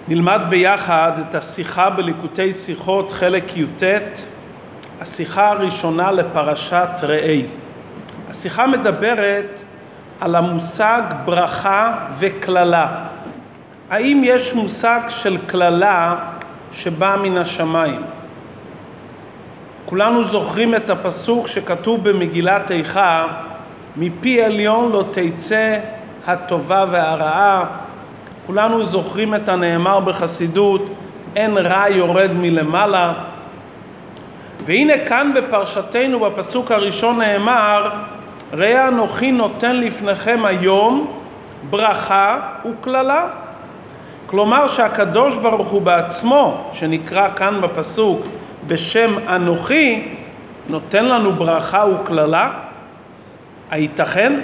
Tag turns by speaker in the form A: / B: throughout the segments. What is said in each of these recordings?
A: נלמד ביחד את השיחה בליקוטי שיחות חלק י"ט, השיחה הראשונה לפרשת ראה. השיחה מדברת על המושג ברכה וכללה. האם יש מושג של כללה שבא מן השמיים? כולנו זוכרים את הפסוק שכתוב במגילת איכה, מפי עליון לא תצא הטובה והרעה. כולנו זוכרים את הנאמר בחסידות, אין רע יורד מלמעלה. והנה כאן בפרשתנו בפסוק הראשון נאמר, ראה אנוכי נותן לפניכם היום ברכה וכללה. כלומר שהקדוש ברוך הוא בעצמו, שנקרא כאן בפסוק בשם אנוכי, נותן לנו ברכה וכללה. הייתכן?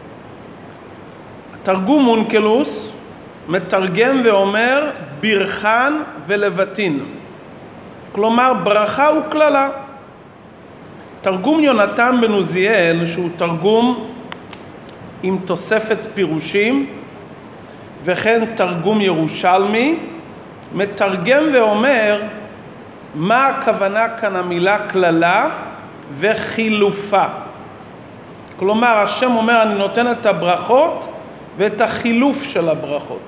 A: התרגום אונקלוס מתרגם ואומר ברכן ולבטין, כלומר ברכה וכללה. תרגום יונתן בן עוזיאל, שהוא תרגום עם תוספת פירושים, וכן תרגום ירושלמי, מתרגם ואומר מה הכוונה כאן המילה כללה וחילופה. כלומר השם אומר אני נותן את הברכות ואת החילוף של הברכות.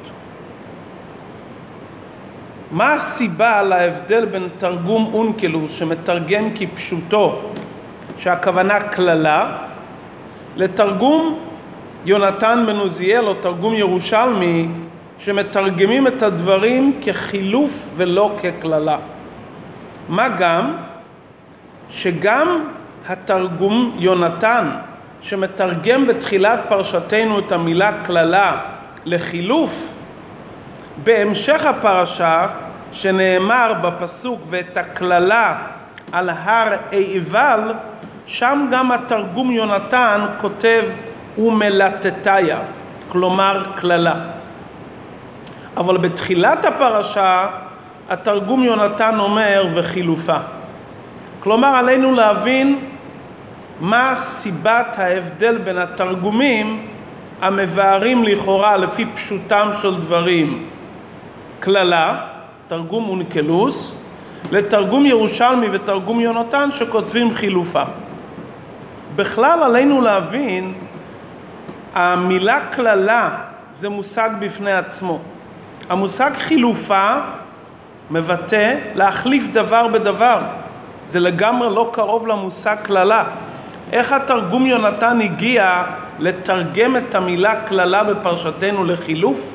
A: מה הסיבה להבדל בין תרגום אונקלוס שמתרגם כפשוטו שהכוונה כללה, לתרגום יונתן בן עוזיאל או תרגום ירושלמי שמתרגמים את הדברים כחילוף ולא ככללה? מה גם שגם התרגום יונתן שמתרגם בתחילת פרשתנו את המילה כללה לחילוף, בהמשך הפרשה שנאמר בפסוק ואת הכללה על הר עיבל, שם גם התרגום יונתן כותב ומלטטיה, כלומר כללה. אבל בתחילת הפרשה התרגום יונתן אומר וחילופה. כלומר עלינו להבין מה סיבת ההבדל בין התרגומים המבארים לכאורה לפי פשוטם של דברים כללה, תרגום אונקלוס, לתרגום ירושלמי ותרגום יונתן שכותבים חילופה. בכלל עלינו להבין המילה כללה זה מושג בפני עצמו. המושג חילופה מבטא להחליף דבר בדבר. זה לגמרי לא קרוב למושג כללה. איך התרגום יונתן הגיע לתרגם את המילה כללה בפרשתנו לחילוף?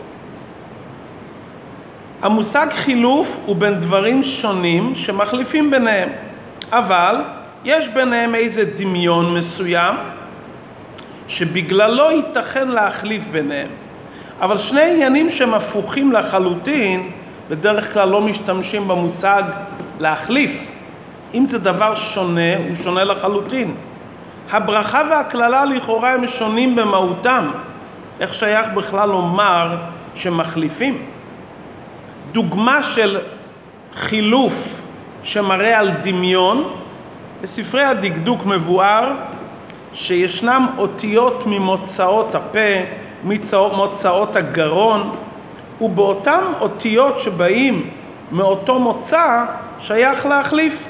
A: המושג חילוף הוא בין דברים שונים שמחליפים ביניהם, אבל יש ביניהם איזה דמיון מסוים שבגללו ייתכן להחליף ביניהם. אבל שני עניינים שהם הפוכים לחלוטין, בדרך כלל לא משתמשים במושג להחליף. אם זה דבר שונה, הוא שונה לחלוטין. הברכה והכללה לכאורה הם שונים במהותם. איך שייך בכלל לומר שמחליפים? דוגמה של חילוף שמראה על דמיון, בספרי הדקדוק מבואר שישנם אותיות ממוצאות הפה, מוצאות הגרון, ובאותם אותיות שבאים מאותו מוצא שייך להחליף.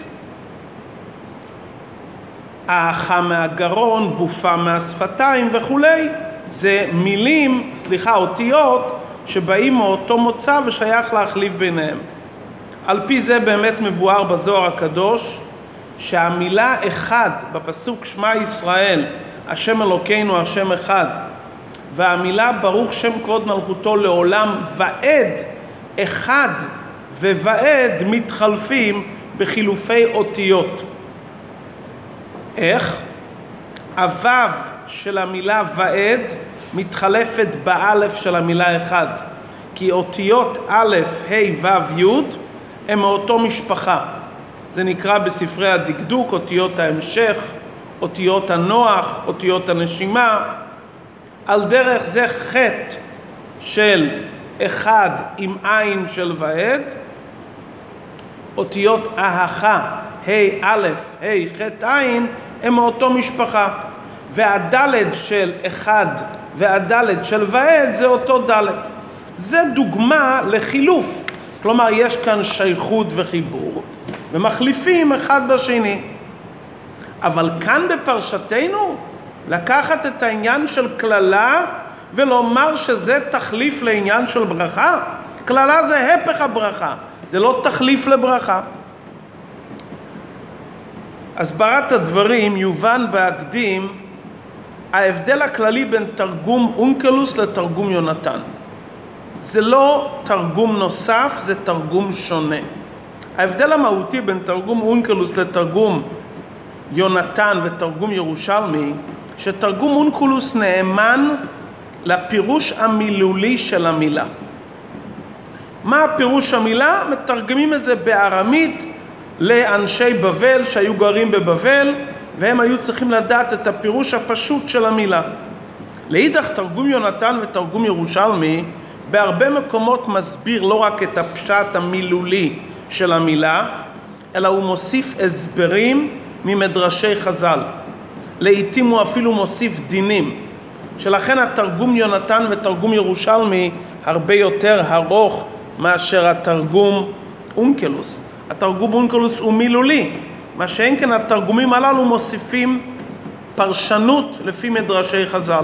A: האחה מהגרון, בופה מהשפתיים וכולי. זה אותיות שבאים מאותו מוצא ושייך להחליף ביניהם. על פי זה באמת מבואר בזוהר הקדוש שהמילה אחד בפסוק שמע ישראל, השם אלוקינו השם אחד, והמילה ברוך שם כבוד מלכותו לעולם ועד, אחד וועד מתחלפים בחילופי אותיות. איך? הוו של המילה ועד מתחלפת באלף של המילה אחד, כי אותיות א', ה', ו', י' הם מאותו משפחה. זה נקרא בספרי הדקדוק אותיות ההמשך, אותיות הנוח, אותיות הנשימה. על דרך זה חטא של אחד עם עין של ועד, אותיות ההכה, ה' א', ה' ח' עין, הם מאותו משפחה. והדלת של אחד והדלת של ועד זה אותו דלת. זה דוגמה לחילוף. כלומר, יש כאן שייכות וחיבור, ומחליפים אחד בשני. אבל כאן בפרשתנו, לקחת את העניין של כללה, ולומר שזה תחליף לעניין של ברכה, כללה זה הפך הברכה, זה לא תחליף לברכה. הסברת הדברים יובן בהקדים ההבדל הכללי בין תרגום אונקלוס לתרגום יונתן. זה לא תרגום נוסף, זה תרגום שונה. ההבדל המהותי בין תרגום אונקלוס לתרגום יונתן ותרגום ירושלמי, שתרגום אונקלוס נאמן לפירוש המילולי של המילה. מה הפירוש המילה? מתרגמים את זה בארמית לאנשי בבל שהיו גרים בבבל, והם היו צריכים לדעת את הפירוש הפשוט של המילה. לאידך תרגום יונתן ותרגום ירושלמי בהרבה מקומות מסביר לא רק את הפשט המילולי של המילה, אלא הוא מוסיף הסברים ממדרשי חז"ל. לעתים הוא אפילו מוסיף דינים, שלכן התרגום יונתן ותרגום ירושלמי הרבה יותר ארוך מאשר התרגום אונקלוס. התרגום אונקלוס הוא מילולי, מה שאין כן התרגומים הללו מוסיפים פרשנות לפי מדרשי חז"ל.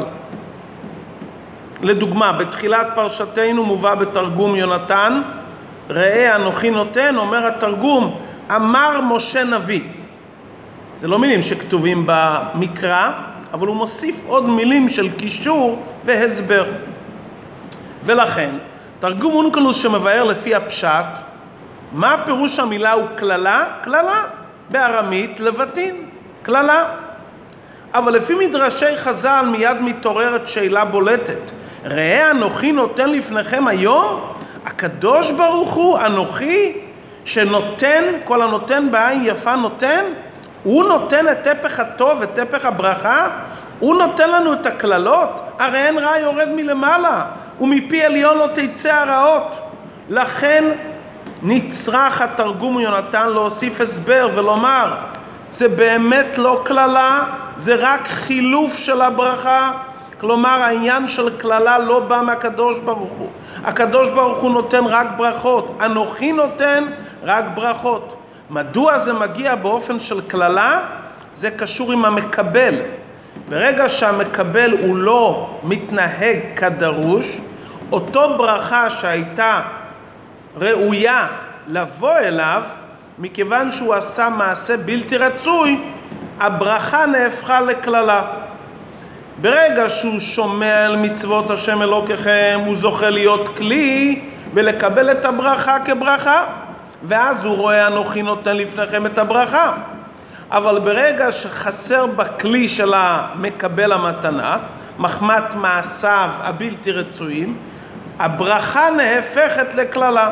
A: לדוגמה, בתחילת פרשתנו מובא בתרגום יונתן, ראה אנוכי נותן, אומר התרגום, אמר משה נביא. זה לא מילים שכתובים במקרא, אבל הוא מוסיף עוד מילים של קישור והסבר. ולכן, תרגום אונקלוס שמבאר לפי הפשט, מה פירוש המילה הוא כללה? כללה. בארמית לבטין, כללה. אבל לפי מדרשי חז"ל מיד מתעוררת שאלה בולטת. ראה אנוכי נותן לפניכם היום? הקדוש ברוך הוא אנוכי שנותן, כל הנותן בעין יפה נותן, הוא נותן את הפך הטוב, את הפך הברכה, הוא נותן לנו את הכללות, הרי אין רע יורד מלמעלה, ומפי עליון לא תצא הרעות. לכן נצרך התרגום יונתן להוסיף הסבר ולומר, זה באמת לא כללה, זה רק חילוף של הברכה. כלומר, העניין של כללה לא בא מהקדוש ברוך הוא. הקדוש ברוך הוא נותן רק ברכות, אנוכי נותן רק ברכות. מדוע זה מגיע באופן של כללה? זה קשור עם המקבל. ברגע שהמקבל הוא לא מתנהג כדרוש, אותו ברכה שהייתה ראויה לבוא אליו, מכיוון שהוא עשה מעשה בלתי רצוי, הברכה נהפכה לכללה. ברגע שהוא שומע על מצוות השם אלוקיכם, הוא זוכה להיות כלי ולקבל את הברכה כברכה, ואז הוא רואה אנוכי נותן לפניכם את הברכה. אבל ברגע שחסר בכלי של המקבל המתנה, מחמת מעשיו הבלתי רצויים, הברכה נהפכת לכללה.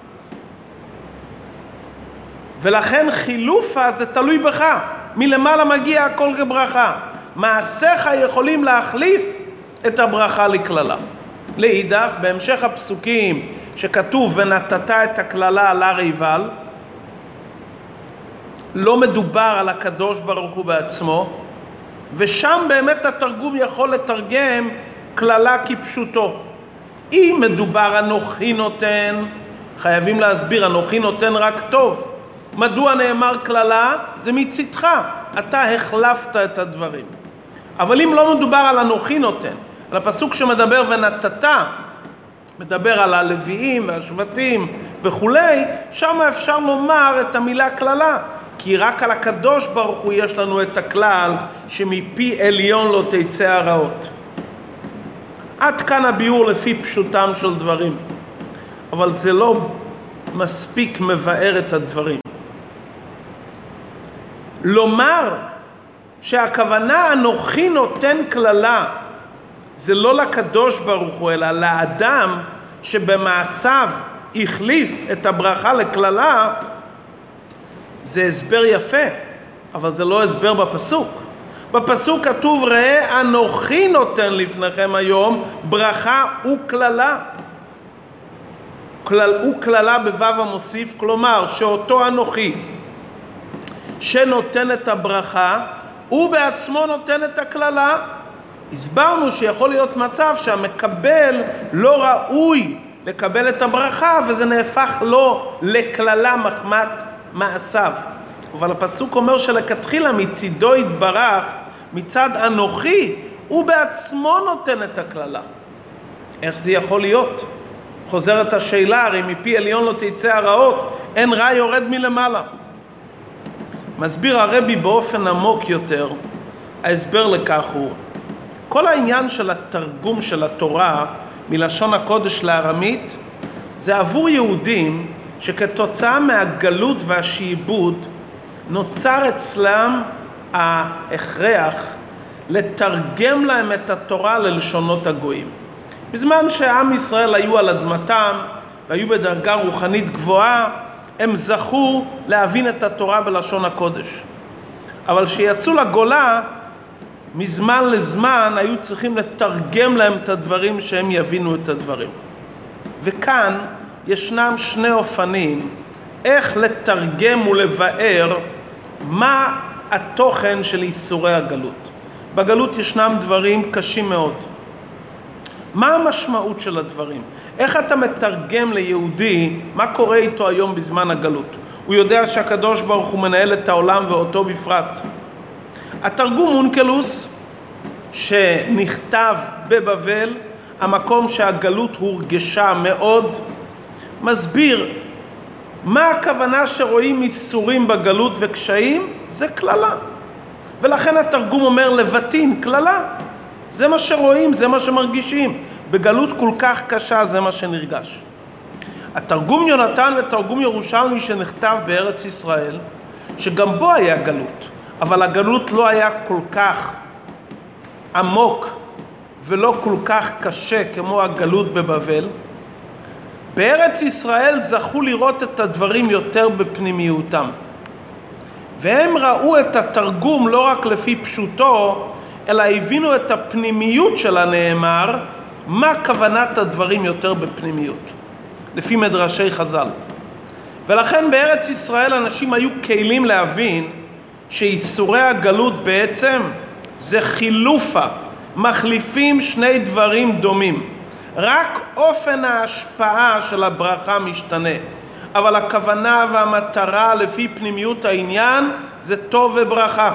A: ולכן חילופה זה תלוי בך, מלמעלה מגיע הכל כברכה. מעשיך יכולים להחליף את הברכה לכללה. לאידך, בהמשך הפסוקים שכתוב ונתת את הכללה על הר עיבל, לא מדובר על הקדוש ברוך הוא בעצמו, ושם באמת התרגום יכול לתרגם כללה כפשוטו. אם מדובר אנוכי נותן, חייבים להסביר, אנוכי נותן רק טוב. מדוע נאמר כללה? זה מצדך, אתה החלפת את הדברים. אבל אם לא מדובר על אנוכי נותן, על הפסוק שמדבר ונתת, מדבר על הלוויים והשבטים וכולי, שם אפשר לומר את המילה כללה, כי רק על הקדוש ברוך הוא יש לנו את הכלל שמפי עליון לא תצא הרעות. עד כאן הביאור לפי פשוטם של דברים, אבל זה לא מספיק מבאר את הדברים. לומר שהכוונה אנוכי נותן כללה זה לא לקדוש ברוך הוא אלא לאדם שבמעשיו החליף את הברכה לכללה, זה הסבר יפה, אבל זה לא הסבר בפסוק. בפסוק כתוב ראה אנוכי נותן לפניכם היום ברכה וכללה. וכללה בו"ב המוסיף, כלומר שאותו אנוכי שנותן את הברכה הוא בעצמו נותן את הכללה. הסברנו שיכול להיות מצב שהמקבל לא ראוי לקבל את הברכה, וזה נהפך לו לכללה מחמת מעשיו. אבל הפסוק אומר שלכתחילה מצידו יתברך, מצד אנוכי, הוא בעצמו נותן את הכללה. איך זה יכול להיות? חוזרת השאלה, הרי מפי עליון לא תצא הרעות, אין רע יורד מלמעלה. מסביר הרבי באופן עמוק יותר, ההסבר לכך הוא, כל העניין של התרגום של התורה מלשון הקודש לארמית, זה עבור יהודים שכתוצאה מהגלות והשעבוד נוצר אצלם ההכרח לתרגם להם את התורה ללשונות הגויים. בזמן שעם ישראל היו על אדמתם והיו בדרגה רוחנית גבוהה, הם זכו להבין את התורה בלשון הקודש. אבל שיצאו לגולה, מזמן לזמן היו צריכים לתרגם להם את הדברים שהם יבינו את הדברים. וכאן ישנם שני אופנים איך לתרגם ולבאר מה התוכן של איסורי הגלות. בגלות ישנם דברים קשים מאוד. מה המשמעות של הדברים? איך אתה מתרגם ליהודי מה קורה איתו היום בזמן הגלות? הוא יודע שהקדוש ברוך הוא מנהל את העולם ואותו בפרט. התרגום אונקלוס שנכתב בבבל, המקום שהגלות הורגשה מאוד, מסביר מה הכוונה שרואים איסורים בגלות וקשיים? זה כללה. ולכן התרגום אומר לבטין, כללה. זה מה שרואים, זה מה שמרגישים. בגלות כל כך קשה זה מה שנרגש. התרגום יונתן ותרגום ירושלמי שנכתב בארץ ישראל, שגם בו היה גלות, אבל הגלות לא היה כל כך עמוק ולא כל כך קשה כמו הגלות בבבל. בארץ ישראל זכו לראות את הדברים יותר בפנימיותם. והם ראו את התרגום לא רק לפי פשוטו, אלא הבינו את הפנימיות של הנאמר, מה כוונת הדברים יותר בפנימיות, לפי מדרשי חז"ל. ולכן בארץ ישראל אנשים היו כלים להבין שאיסורי הגלות בעצם זה חילופה, מחליפים שני דברים דומים. רק אופן ההשפעה של הברכה משתנה, אבל הכוונה והמטרה לפי פנימיות העניין זה טוב וברכה.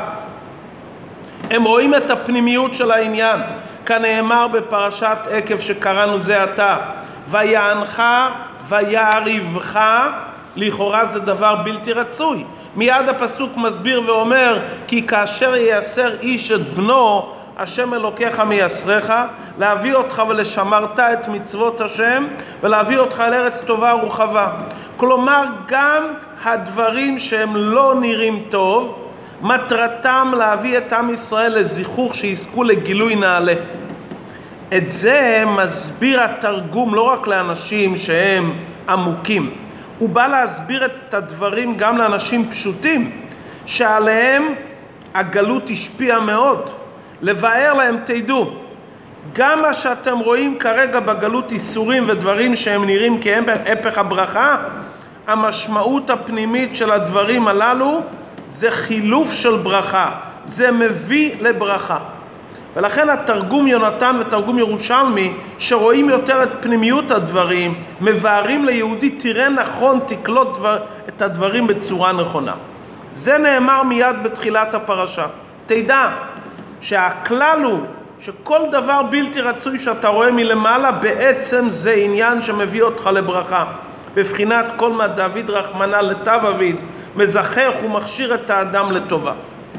A: הם רואים את הפנימיות של העניין, כנאמר בפרשת עקב שקראנו זה עתה, ויענך ויעריבך, לכאורה זה דבר בלתי רצוי. מיד הפסוק מסביר ואומר, כי כאשר ייסר איש את בנו, השם אלוקיך מייסרך, להביא אותך ולשמרת את מצוות השם, ולהביא אותך לארץ טובה ורחבה. כלומר, גם הדברים שהם לא נראים טוב, מטרתם להביא את עם ישראל לזיכוך שיזכו לגילוי נעלה. את זה מסביר התרגום לא רק לאנשים שהם עמוקים, הוא בא להסביר את הדברים גם לאנשים פשוטים, שעליהם הגלות השפיעה מאוד. לבאר להם, תדעו, גם מה שאתם רואים כרגע בגלות איסורים ודברים שהם נראים כהפך הברכה, המשמעות הפנימית של הדברים הללו זה חילוף של ברכה, זה מביא לברכה. ולכן התרגום יונתן ותרגום ירושלמי שרואים יותר את פנימיות הדברים, מבארים ליהודי, תראה נכון, תקלוט את הדברים בצורה נכונה. זה נאמר מיד בתחילת הפרשה. תדע שהכלל הוא שכל דבר בלתי רצוי שאתה רואה מלמעלה בעצם זה עניין שמביא אותך לברכה. בבחינת כל מה דוד רחמנה לטב אביד, מזכך ומכשיר את האדם לטובה.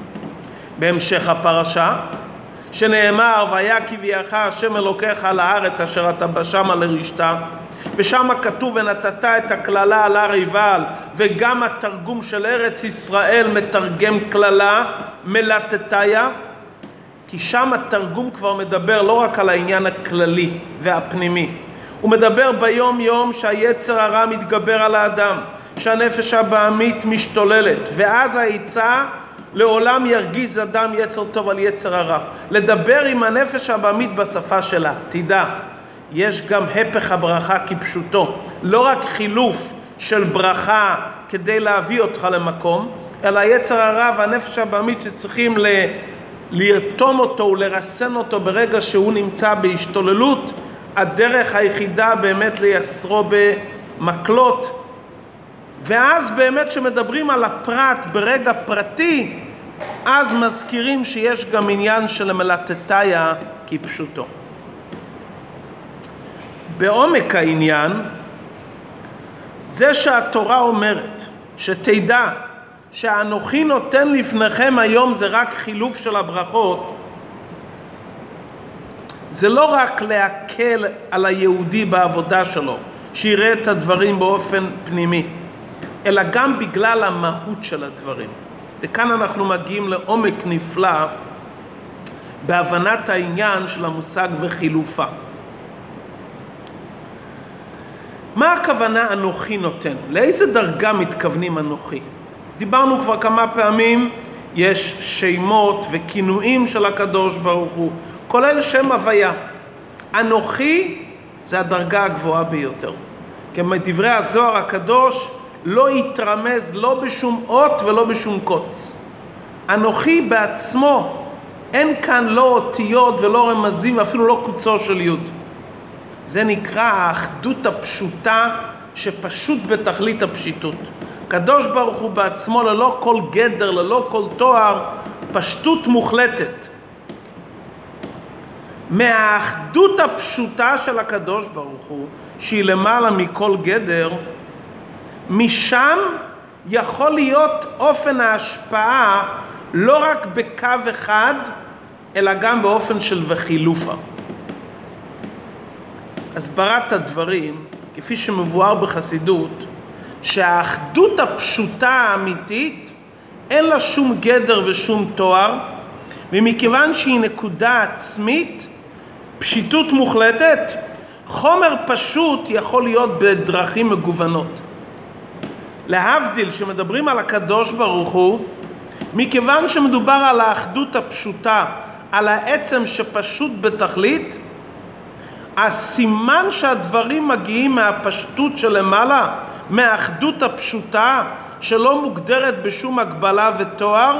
A: בהמשך הפרשה שנאמר, ויקי ויך השם אלוקיך על הארץ אשר אתה בשמה לרשתה, ושם כתוב ונתת את הכללה על הר עיבל, וגם התרגום של ארץ ישראל מתרגם כללה מלטתיה, כי שם התרגום כבר מדבר לא רק על העניין הכללי והפנימי, הוא מדבר ביום יום שהיצר הרע מתגבר על האדם, שהנפש הבהמית משתוללת, ואז העצה לעולם ירגיז אדם יצר טוב על יצר הרע. לדבר עם הנפש הבהמית בשפה שלה. תדע, יש גם הפך הברכה כפשוטו, לא רק חילוף של ברכה כדי להביא אותך למקום, אלא יצר הרע והנפש הבהמית שצריכים לרתום אותו ולרסן אותו ברגע שהוא נמצא בהשתוללות, הדרך היחידה באמת לייסרו במקלות. ואז באמת שמדברים על הפרט ברגע פרטי, אז מזכירים שיש גם עניין של מלטטיה כפשוטו. בעומק העניין, זה שהתורה אומרת, שתדע שאנוכי נותן לפניכם היום זה רק חילוף של הברכות, זה לא רק להקל על היהודי בעבודה שלו, שיראה את הדברים באופן פנימי, אלא גם בגלל המהות של הדברים. וכאן אנחנו מגיעים לעומק נפלא בהבנת העניין של המושג וחילופה. מה הכוונה אנוכי נותן? לאיזה דרגה מתכוונים אנוכי? דיברנו כבר כמה פעמים, יש שמות וכינויים של הקדוש ברוך הוא, כולל שם הוויה. אנוכי זה הדרגה הגבוהה ביותר. כדברי הזוהר הקדוש, לא יתרמז לא בשום אות ולא בשום קוץ. אנוכי בעצמו, אין כאן לא אותיות ולא רמזים ואפילו לא קוצו של יוד. זה נקרא האחדות הפשוטה שפשוט בתכלית הפשיטות. קדוש ברוך הוא בעצמו ללא כל גדר, ללא כל תואר, פשטות מוחלטת. מהאחדות הפשוטה של הקדוש ברוך הוא, שהיא למעלה מכל גדר, משם יכול להיות אופן ההשפעה לא רק בקו אחד, אלא גם באופן של וחילופה. הסברת הדברים, כפי שמבואר בחסידות, שהאחדות הפשוטה האמיתית, אין לה שום גדר ושום תואר, ומכיוון שהיא נקודה עצמית, פשיטות מוחלטת, חומר פשוט יכול להיות בדרכים מגוונות. להבדיל שמדברים על הקדוש ברוך הוא, מכיוון שמדובר על האחדות הפשוטה, על העצם שפשוט בתכלית, הסימן שהדברים מגיעים מהפשטות שלמעלה, מהאחדות הפשוטה שלא מוגדרת בשום הגבלה ותואר,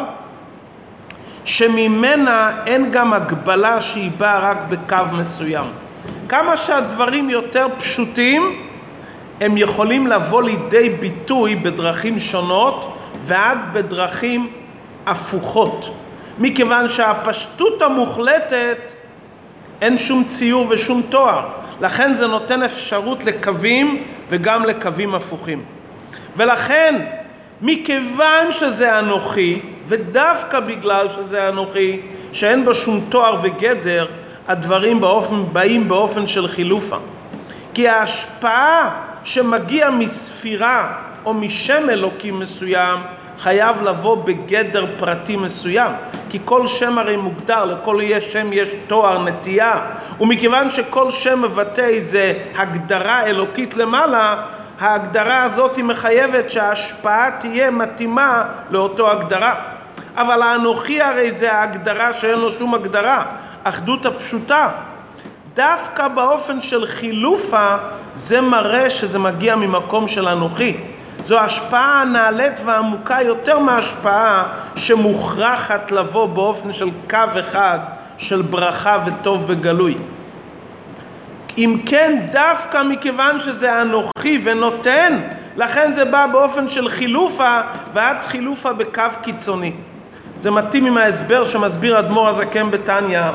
A: שממנה אין גם הגבלה שהיא באה רק בקו מסוים. כמה שהדברים יותר פשוטים, הם יכולים לבוא לידי ביטוי בדרכים שונות ועד בדרכים הפוכות. מכיוון שהפשטות המוחלטת אין שום ציור ושום תואר. לכן זה נותן אפשרות לקווים וגם לקווים הפוכים. ולכן, מכיוון שזה אנוכי, ודווקא בגלל שזה אנוכי, שאין בו שום תואר וגדר, הדברים באים באופן של חילופה. כי ההשפעה שמגיע מספירה או משם אלוקים מסוים, חייב לבוא בגדר פרטי מסוים. כי כל שם הרי מוגדר, לכל שם יש תואר, נטייה. ומכיוון שכל שם מבטא איזה הגדרה אלוקית למעלה, ההגדרה הזאת היא מחייבת שההשפעה תהיה מתאימה לאותו הגדרה. אבל האנוכי הרי זה ההגדרה שאין לו שום הגדרה, אחדות הפשוטה. דווקא באופן של חילופה, זה מראה שזה מגיע ממקום של אנוכי. זו השפעה הנעלית והעמוקה יותר מההשפעה שמוכרחת לבוא באופן של קו אחד של ברכה וטוב בגלוי. אם כן, דווקא מכיוון שזה אנוכי ונותן, לכן זה בא באופן של חילופה, ועד חילופה בקו קיצוני. זה מתאים עם ההסבר שמסביר אדמו"ר הזקן בתניא,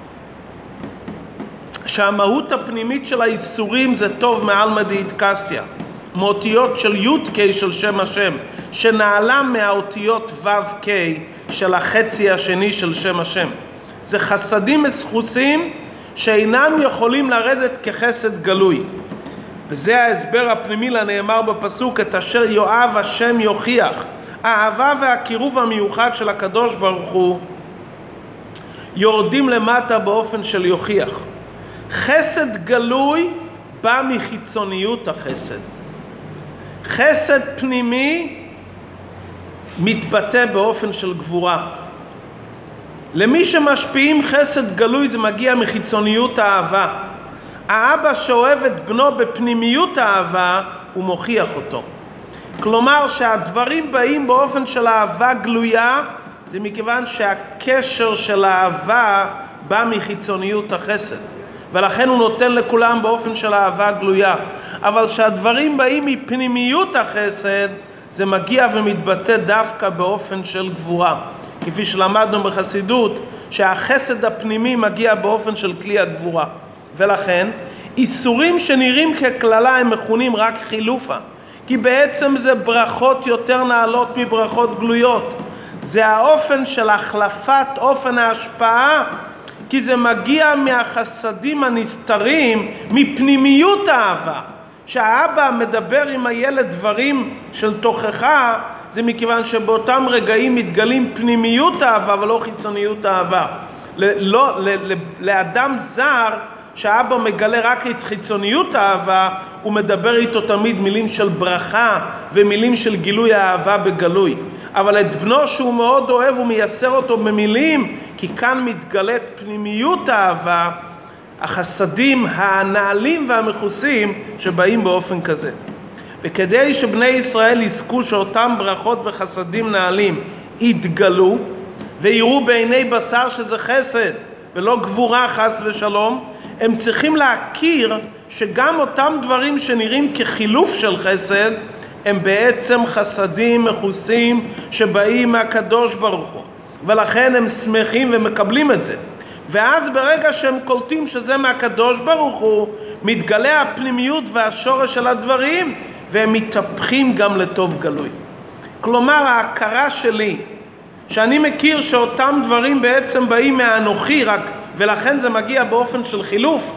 A: שהמהות הפנימית של האיסורים זה טוב מעלמא דאיטקסיה, מאותיות של י' של שם השם, שנעלה מהאותיות ו' של החצי השני של שם השם. זה חסדים מסחוסים שאינם יכולים לרדת כחסד גלוי. וזה ההסבר הפנימי לנאמר בפסוק, את אשר יואב השם יוכיח. האהבה והקירוב המיוחד של הקדוש ברוך הוא יורדים למטה באופן של יוכיח. חסד גלוי בא מחיצוניות החסד. חסד פנימי מתבטא באופן של גבורה. למי שמשפיעים חסד גלוי זה מגיע מחיצוניות האהבה. האבא שאוהב את בנו בפנימיות האהבה הוא מוכיח אותו. כלומר שהדברים באים באופן של אהבה גלויה, זה מכיוון שהקשר של האהבה בא מחיצוניות החסד. ולכן הוא נותן לכולם באופן של אהבה גלויה. אבל כשהדברים באים מפנימיות החסד, זה מגיע ומתבטא דווקא באופן של גבורה. כפי שלמדנו בחסידות, שהחסד הפנימי מגיע באופן של כלי הגבורה. ולכן, איסורים שנראים ככללה הם מכונים רק חילופה. כי בעצם זה ברכות יותר נעלות מברכות גלויות. זה האופן של החלפת אופן ההשפעה, כי זה מגיע מהחסדים הנסתרים, מפנימיות האהבה. שהאבא מדבר עם הילד דברים של תוכחה, זה מכיוון שבאותם רגעים מתגלים פנימיות האהבה ולא חיצוניות האהבה. לאדם זר, שהאבא מגלה רק את חיצוניות האהבה, הוא מדבר איתו תמיד מילים של ברכה ומילים של גילוי האהבה בגלוי. אבל את בנו שהוא מאוד אוהב הוא מייסר אותו במילים, כי כאן מתגלית פנימיות האהבה, החסדים הנעלים והמכוסים שבאים באופן כזה. וכדי שבני ישראל יזכו שאותם ברכות וחסדים נעלים יתגלו ויראו בעיני בשר שזה חסד ולא גבורה חס ושלום, הם צריכים להכיר שגם אותם דברים שנראים כחילוף של חסד הם בעצם חסדים מכוסים שבאים מהקדוש ברוך הוא, ולכן הם שמחים ומקבלים את זה. ואז ברגע שהם קולטים שזה מהקדוש ברוך הוא, מתגלה הפנימיות והשורש של הדברים, והם מתהפכים גם לטוב גלוי. כלומר, ההכרה שלי, שאני מכיר שאותם דברים בעצם באים מהאנוכי רק, ולכן זה מגיע באופן של חילוף,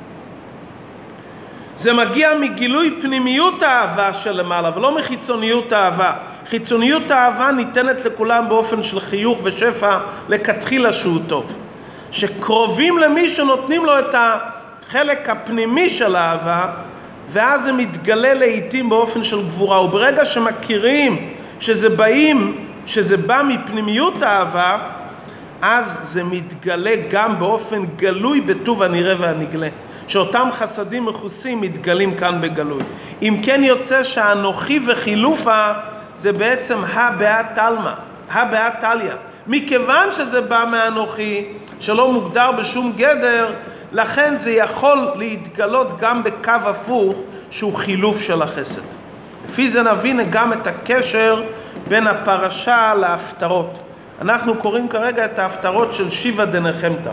A: זה מגיע מגילוי פנימיות האהבה שלמעלה, ולא מחיצוניות האהבה. חיצוניות האהבה ניתנת לכולם באופן של חיוך ושפע לכתחילה שהוא טוב. שקרובים למישהו נותנים לו את החלק הפנימי של האהבה, ואז זה מתגלה לעתים באופן של גבורה. וברגע שמכירים שזה בא מפנימיות האהבה, אז זה מתגלה גם באופן גלוי בטוב הנראה והנגלה. שאותם חסדים מכוסים מתגלים כאן בגלוי. אם כן יוצא שהאנוכי וחילופה זה בעצם הבעת תלמה, הבעת תליה. מכיוון שזה בא מהאנוכי שלא מוגדר בשום גדר, לכן זה יכול להתגלות גם בקו הפוך שהוא חילוף של החסד. לפי זה נבין גם את הקשר בין הפרשה להפטרות. אנחנו קוראים כרגע את ההפטרות של שיבה דנחמתא.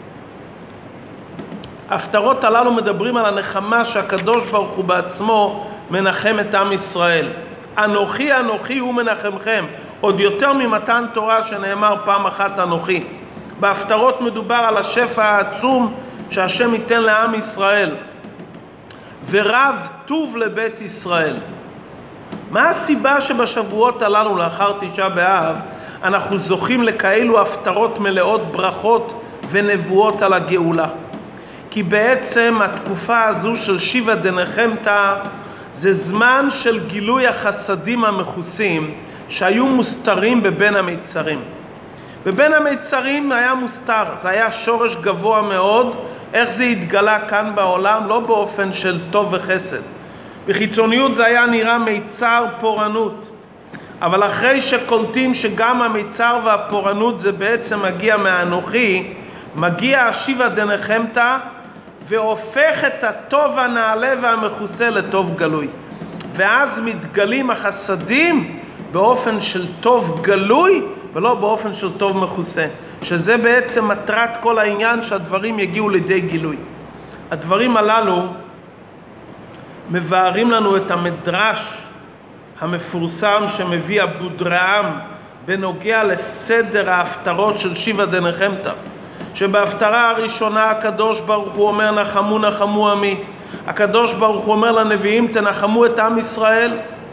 A: ההפטרות הללו מדברים על הנחמה שהקדוש ברוך הוא בעצמו מנחם את עם ישראל. אנוכי אנוכי הוא מנחמכם, עוד יותר ממתן תורה שנאמר פעם אחת אנוכי. בהפטרות מדובר על השפע העצום שהשם ייתן לעם ישראל, ורב טוב לבית ישראל. מה הסיבה שבשבועות הללו לאחר תשעה באב אנחנו זוכים לכאלו הפטרות מלאות ברכות ונבואות על הגאולה? כי בעצם התקופה הזו של שיבה דנחמתא זה זמן של גילוי החסדים המכוסים שהיו מוסתרים בבין המיצרים. בבין המיצרים היה מוסתר, זה היה שורש גבוה מאוד. איך זה התגלה כאן בעולם? לא באופן של טוב וחסד. בחיצוניות זה היה נראה מיצר פורענות, אבל אחרי שקולטים שגם המיצר והפורענות זה בעצם מגיע מהאנוכי, מגיע השיבה דנחמתא והופך את הטוב הנעלה והמכוסה לטוב גלוי, ואז מתגלים החסדים באופן של טוב גלוי ולא באופן של טוב מכוסה, שזה בעצם מטרת כל העניין, שהדברים יגיעו לידי גילוי. הדברים הללו מבארים לנו את המדרש המפורסם שמביא אבודרעם בנוגע לסדר ההפטרות של שיבה דנחמתא. שבהפטרה הראשונה הקדוש ברוך הוא אומר נחמו נחמו עמי. הקדוש ברוך הוא אומר לנביאים תנחמו את עם ישראל.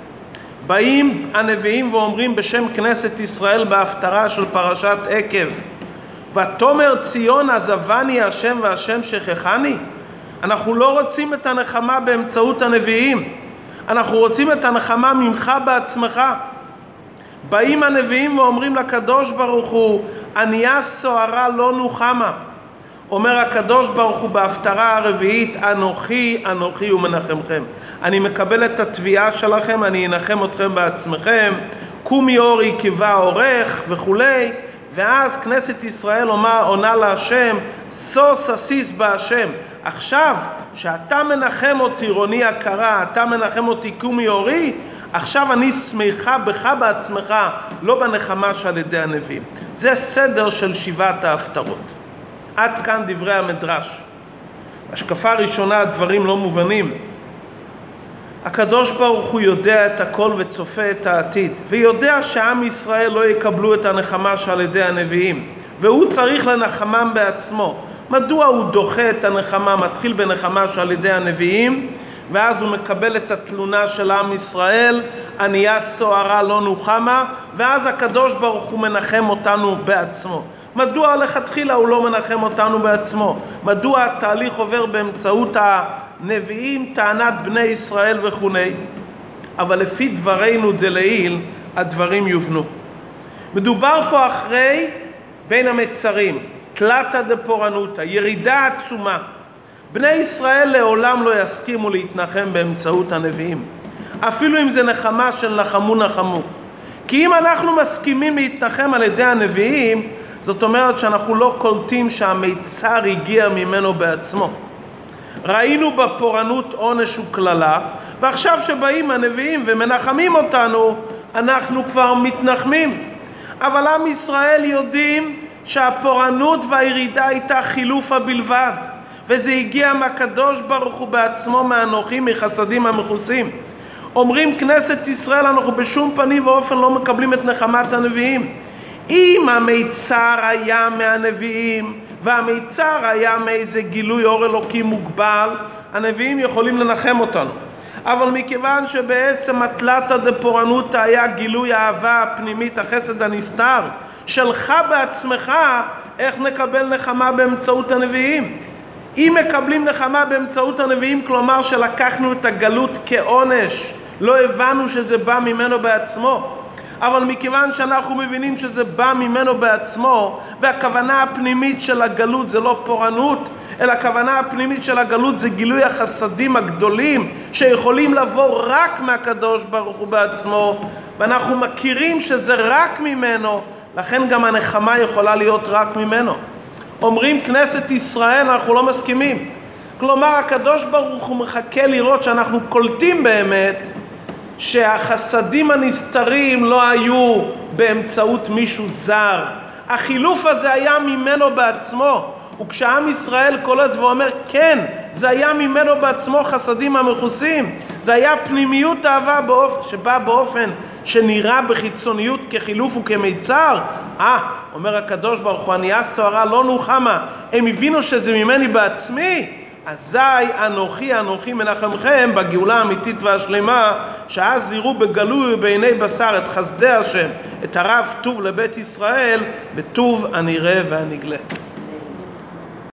A: באים הנביאים ואומרים בשם כנסת ישראל בהפטרה של פרשת עקב, ותאמר ציון עזבני השם והשם שכחני. אנחנו לא רוצים את הנחמה באמצעות הנביאים, אנחנו רוצים את הנחמה ממך בעצמך. באים הנביאים ואומרים לקדוש ברוך הוא ענייה סוערה לא נוחמה. אומר הקדוש ברוך הוא בהפטרה הרביעית אנוכי אנוכי ומנחמכם. אני מקבל את התביעה שלכם, אני אנחם אתכם בעצמכם. קומי אורי קיבה אורך וכולי. ואז כנסת ישראל עונה להשם, סוס אסיס בהשם. עכשיו שאתה מנחם אותי רוני הקרה, אתה מנחם אותי קומי אורי, עכשיו אני שמחה בך בעצמך, לא בנחמה שעל ידי הנביאים. זה סדר של 7 ההפטרות. עד כאן דברי המדרש. השקפה ראשונה, הדברים לא מובנים. הקדוש ברוך הוא יודע את הכל וצופה את העתיד, ויודע שעם ישראל לא יקבלו את הנחמה שעל ידי הנביאים, והוא צריך לנחמם בעצמו. מדוע הוא דוחה את הנחמה, מתחיל בנחמה שעל ידי הנביאים, ואז הוא מקבל את התלונה של עם ישראל, ענייה סוערה לא נוחמה, ואז הקדוש ברוך הוא מנחם אותנו בעצמו. מדוע לכתחילה הוא לא מנחם אותנו בעצמו? מדוע התהליך עובר באמצעות הנביאים, טענת בני ישראל וכו'? אבל לפי דברינו דלעיל, הדברים יובנו. מדובר פה אחרי בין המצרים, תלתא דפורענותא, ירידה עצומה. בני ישראל לעולם לא יסכימו להתנחם באמצעות הנביאים, אפילו אם זה נחמה של נחמו. כי אם אנחנו מסכימים להתנחם על ידי הנביאים, זאת אומרת שאנחנו לא קולטים שהמיצר הגיע ממנו בעצמו. ראינו בפורענות עונש וכללה, ועכשיו שבאים הנביאים ומנחמים אותנו, אנחנו כבר מתנחמים. אבל עם ישראל יודעים שהפורענות והירידה הייתה חילופה בלבד, וזה הגיע מהקדוש ברוך הוא בעצמו, מהאנוכי, מחסדים המכוסים. אומרים כנסת ישראל, אנחנו בשום פנים ואופן לא מקבלים את נחמת הנביאים. אם המיצר היה מהנביאים, והמיצר היה מאיזה גילוי אור אלוקי מוגבל, הנביאים יכולים לנחם אותנו. אבל מכיוון שבעצם התלתא דפורענותא היה גילוי האהבה הפנימית, החסד הנסתר שלך בעצמך, איך נקבל נחמה באמצעות הנביאים? אם מקבלים נחמה באמצעות הנביאים, כלומר שלקחנו את הגלות כעונש, לא הבנו שזה בא ממנו בעצמו. אבל מכיוון שאנחנו מבינים שזה בא ממנו בעצמו, והכוונה הפנימית של הגלות זה לא פורענות, אלא הכוונה הפנימית של הגלות זה גילוי החסדים הגדולים שיכולים לבוא רק מהקדוש ברוך הוא בעצמו, ואנחנו מכירים שזה רק ממנו, לכן גם הנחמה יכולה להיות רק ממנו. אומרים כנסת ישראל, אנחנו לא מסכימים. כלומר הקדוש ברוך הוא מחכה לראות שאנחנו קולטים באמת שהחסדים הנסתרים לא היו באמצעות מישהו זר. החילוף הזה היה ממנו בעצמו. וכשעם ישראל קולט ואומר כן, זה היה ממנו בעצמו, חסדים המכוסים, זה היה פנימיות אהבה שבא באופן שנראה בחיצוניות כחילוף וכמיצר. אומר הקדוש ברוך הוא, ענייה סוערה לא נוחמה, הם הבינו שזה ממני בעצמי, אזי אנוכי מנחמכם בגאולה האמיתית והשלמה, שאז יראו בגלוי ובעיני בשר את חסדי השם, את הרב טוב לבית ישראל, בטוב הנראה והנגלה.